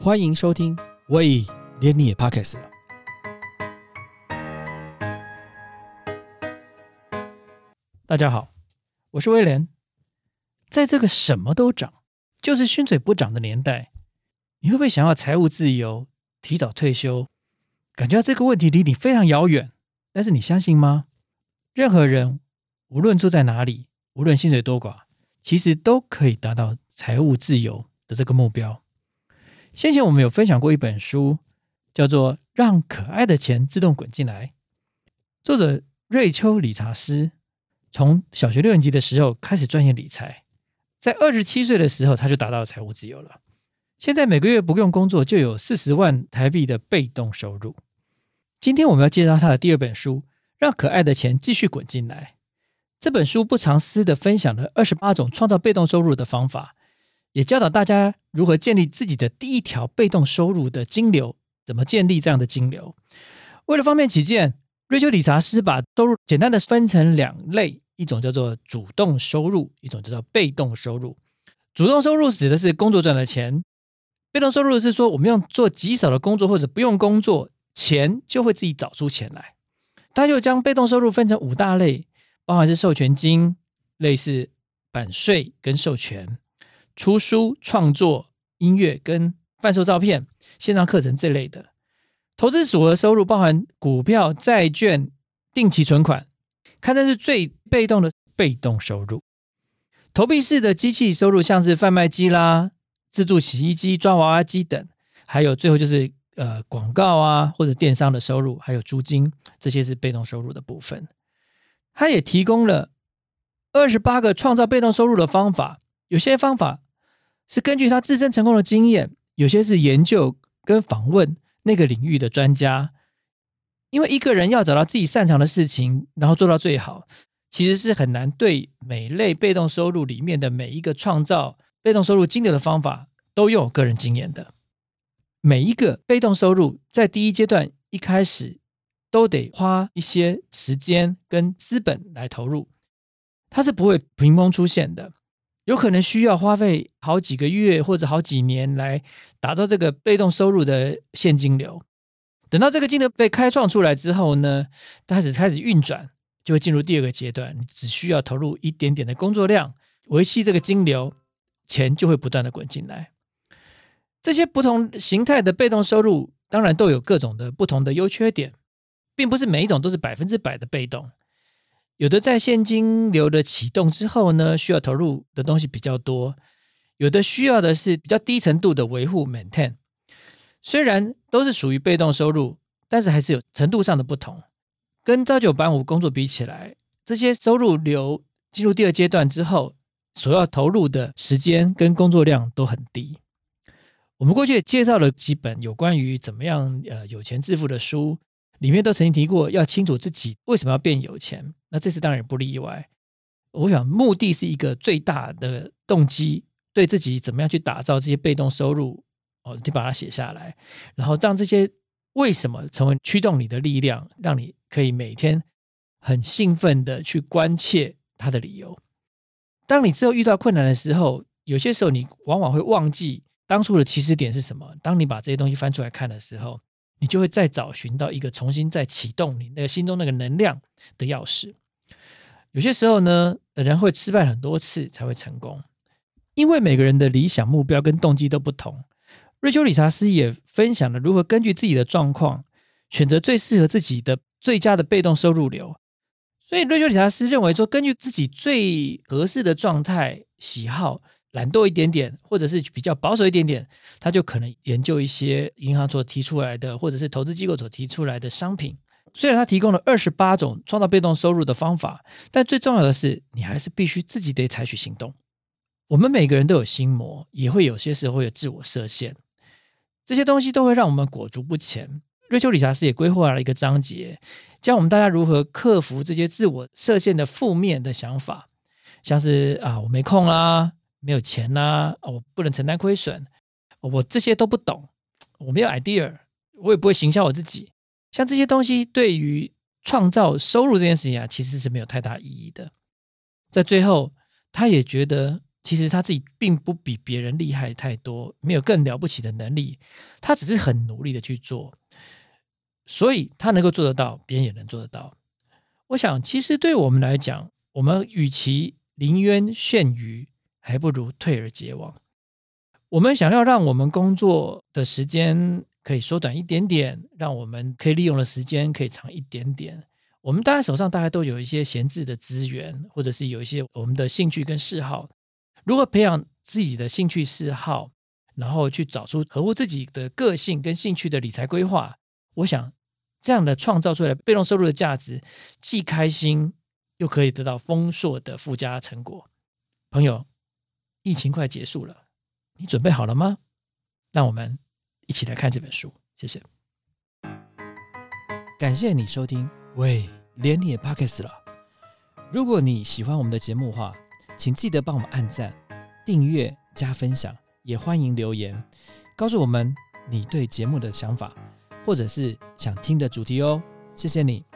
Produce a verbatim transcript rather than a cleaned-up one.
欢迎收听，喂，连你也 Podcast 了。 大家好，我是威廉。在这个什么都涨，就是薪水不涨的年代，你会不会想要财务自由、提早退休？感觉到这个问题离你非常遥远，但是你相信吗？任何人，无论住在哪里，无论薪水多寡，其实都可以达到财务自由的这个目标。先前我们有分享过一本书，叫做《让可爱的钱自动滚进来》，作者瑞秋理查斯从小学六年级的时候开始钻研理财，在二十七岁的时候他就达到财务自由了。现在每个月不用工作就有四十万台币的被动收入。今天我们要介绍他的第二本书，让可爱的钱继续滚进来。这本书不藏私的分享了二十八种创造被动收入的方法，也教导大家如何建立自己的第一条被动收入的金流，怎么建立这样的金流。为了方便起见，瑞秋理查斯把收入简单的分成两类，一种叫做主动收入，一种叫做被动收入。主动收入指的是工作赚的钱，被动收入是说我们用做极少的工作或者不用工作，钱就会自己找出钱来。他就将被动收入分成五大类，包含是授权金，类似版税跟授权，出书、创作、音乐跟贩售照片、线上课程这类的。投资组合收入包含股票、债券、定期存款，看的是最被动的被动收入。投币式的机器收入像是贩卖机啦、自助洗衣机、抓娃娃机等，还有最后就是呃广告啊或者电商的收入，还有租金，这些是被动收入的部分。他也提供了二十八个创造被动收入的方法，有些方法是根据他自身成功的经验，有些是研究跟访问那个领域的专家。因为一个人要找到自己擅长的事情，然后做到最好，其实是很难对每类被动收入里面的每一个创造被动收入金流的方法都拥有个人经验的。每一个被动收入在第一阶段一开始都得花一些时间跟资本来投入，它是不会凭空出现的，有可能需要花费好几个月或者好几年来打造这个被动收入的现金流。等到这个金流被开创出来之后呢，它开始开始运转，就会进入第二个阶段，你只需要投入一点点的工作量，维系这个金流，钱就会不断的滚进来。这些不同形态的被动收入当然都有各种的不同的优缺点，并不是每一种都是百分之百的被动。有的在现金流的启动之后呢，需要投入的东西比较多，有的需要的是比较低程度的维护 maintain。 虽然都是属于被动收入，但是还是有程度上的不同。跟朝九晚五工作比起来，这些收入流进入第二阶段之后，所要投入的时间跟工作量都很低。我们过去也介绍了几本有关于怎么样呃有钱致富的书，里面都曾经提过要清楚自己为什么要变有钱，那这次当然也不例外。我想目的是一个最大的动机，对自己怎么样去打造这些被动收入，哦，你把它写下来，然后让这些为什么成为驱动你的力量，让你可以每天很兴奋的去关切它的理由。当你之后遇到困难的时候，有些时候你往往会忘记当初的起始点是什么，当你把这些东西翻出来看的时候，你就会再找寻到一个重新再启动你那个心中那个能量的钥匙。有些时候呢，人会失败很多次才会成功，因为每个人的理想目标跟动机都不同。瑞秋理查斯也分享了如何根据自己的状况选择最适合自己的最佳的被动收入流。所以瑞秋理查斯认为说，根据自己最合适的状态、喜好，懒惰一点点，或者是比较保守一点点，他就可能研究一些银行所提出来的，或者是投资机构所提出来的商品。虽然他提供了二十八种创造被动收入的方法，但最重要的是，你还是必须自己得采取行动。我们每个人都有心魔，也会有些时候会有自我设限，这些东西都会让我们裹足不前。瑞秋理查斯也规划了一个章节，教我们大家如何克服这些自我设限的负面的想法，像是啊，我没空啦，没有钱啦，啊，我不能承担亏损，我这些都不懂，我没有 idea， 我也不会行销我自己。像这些东西对于创造收入这件事情啊，其实是没有太大意义的。在最后，他也觉得其实他自己并不比别人厉害太多，没有更了不起的能力，他只是很努力的去做，所以他能够做得到，别人也能做得到。我想其实对我们来讲，我们与其临渊羡鱼，还不如退而结网。我们想要让我们工作的时间可以缩短一点点，让我们可以利用的时间可以长一点点，我们大家手上大概都有一些闲置的资源，或者是有一些我们的兴趣跟嗜好，如何培养自己的兴趣嗜好，然后去找出合乎自己的个性跟兴趣的理财规划，我想这样的创造出来被动收入的价值，既开心又可以得到丰硕的附加成果。朋友，疫情快结束了，你准备好了吗？让我们一起来看这本书，谢谢。 感谢你收听喂，连你也 Podcast 了。如果你喜欢我们的节目的话，请记得帮我们按赞、订阅、加分享，也欢迎留言告诉我们你对节目的想法，或者是想听的主题哦。谢谢你。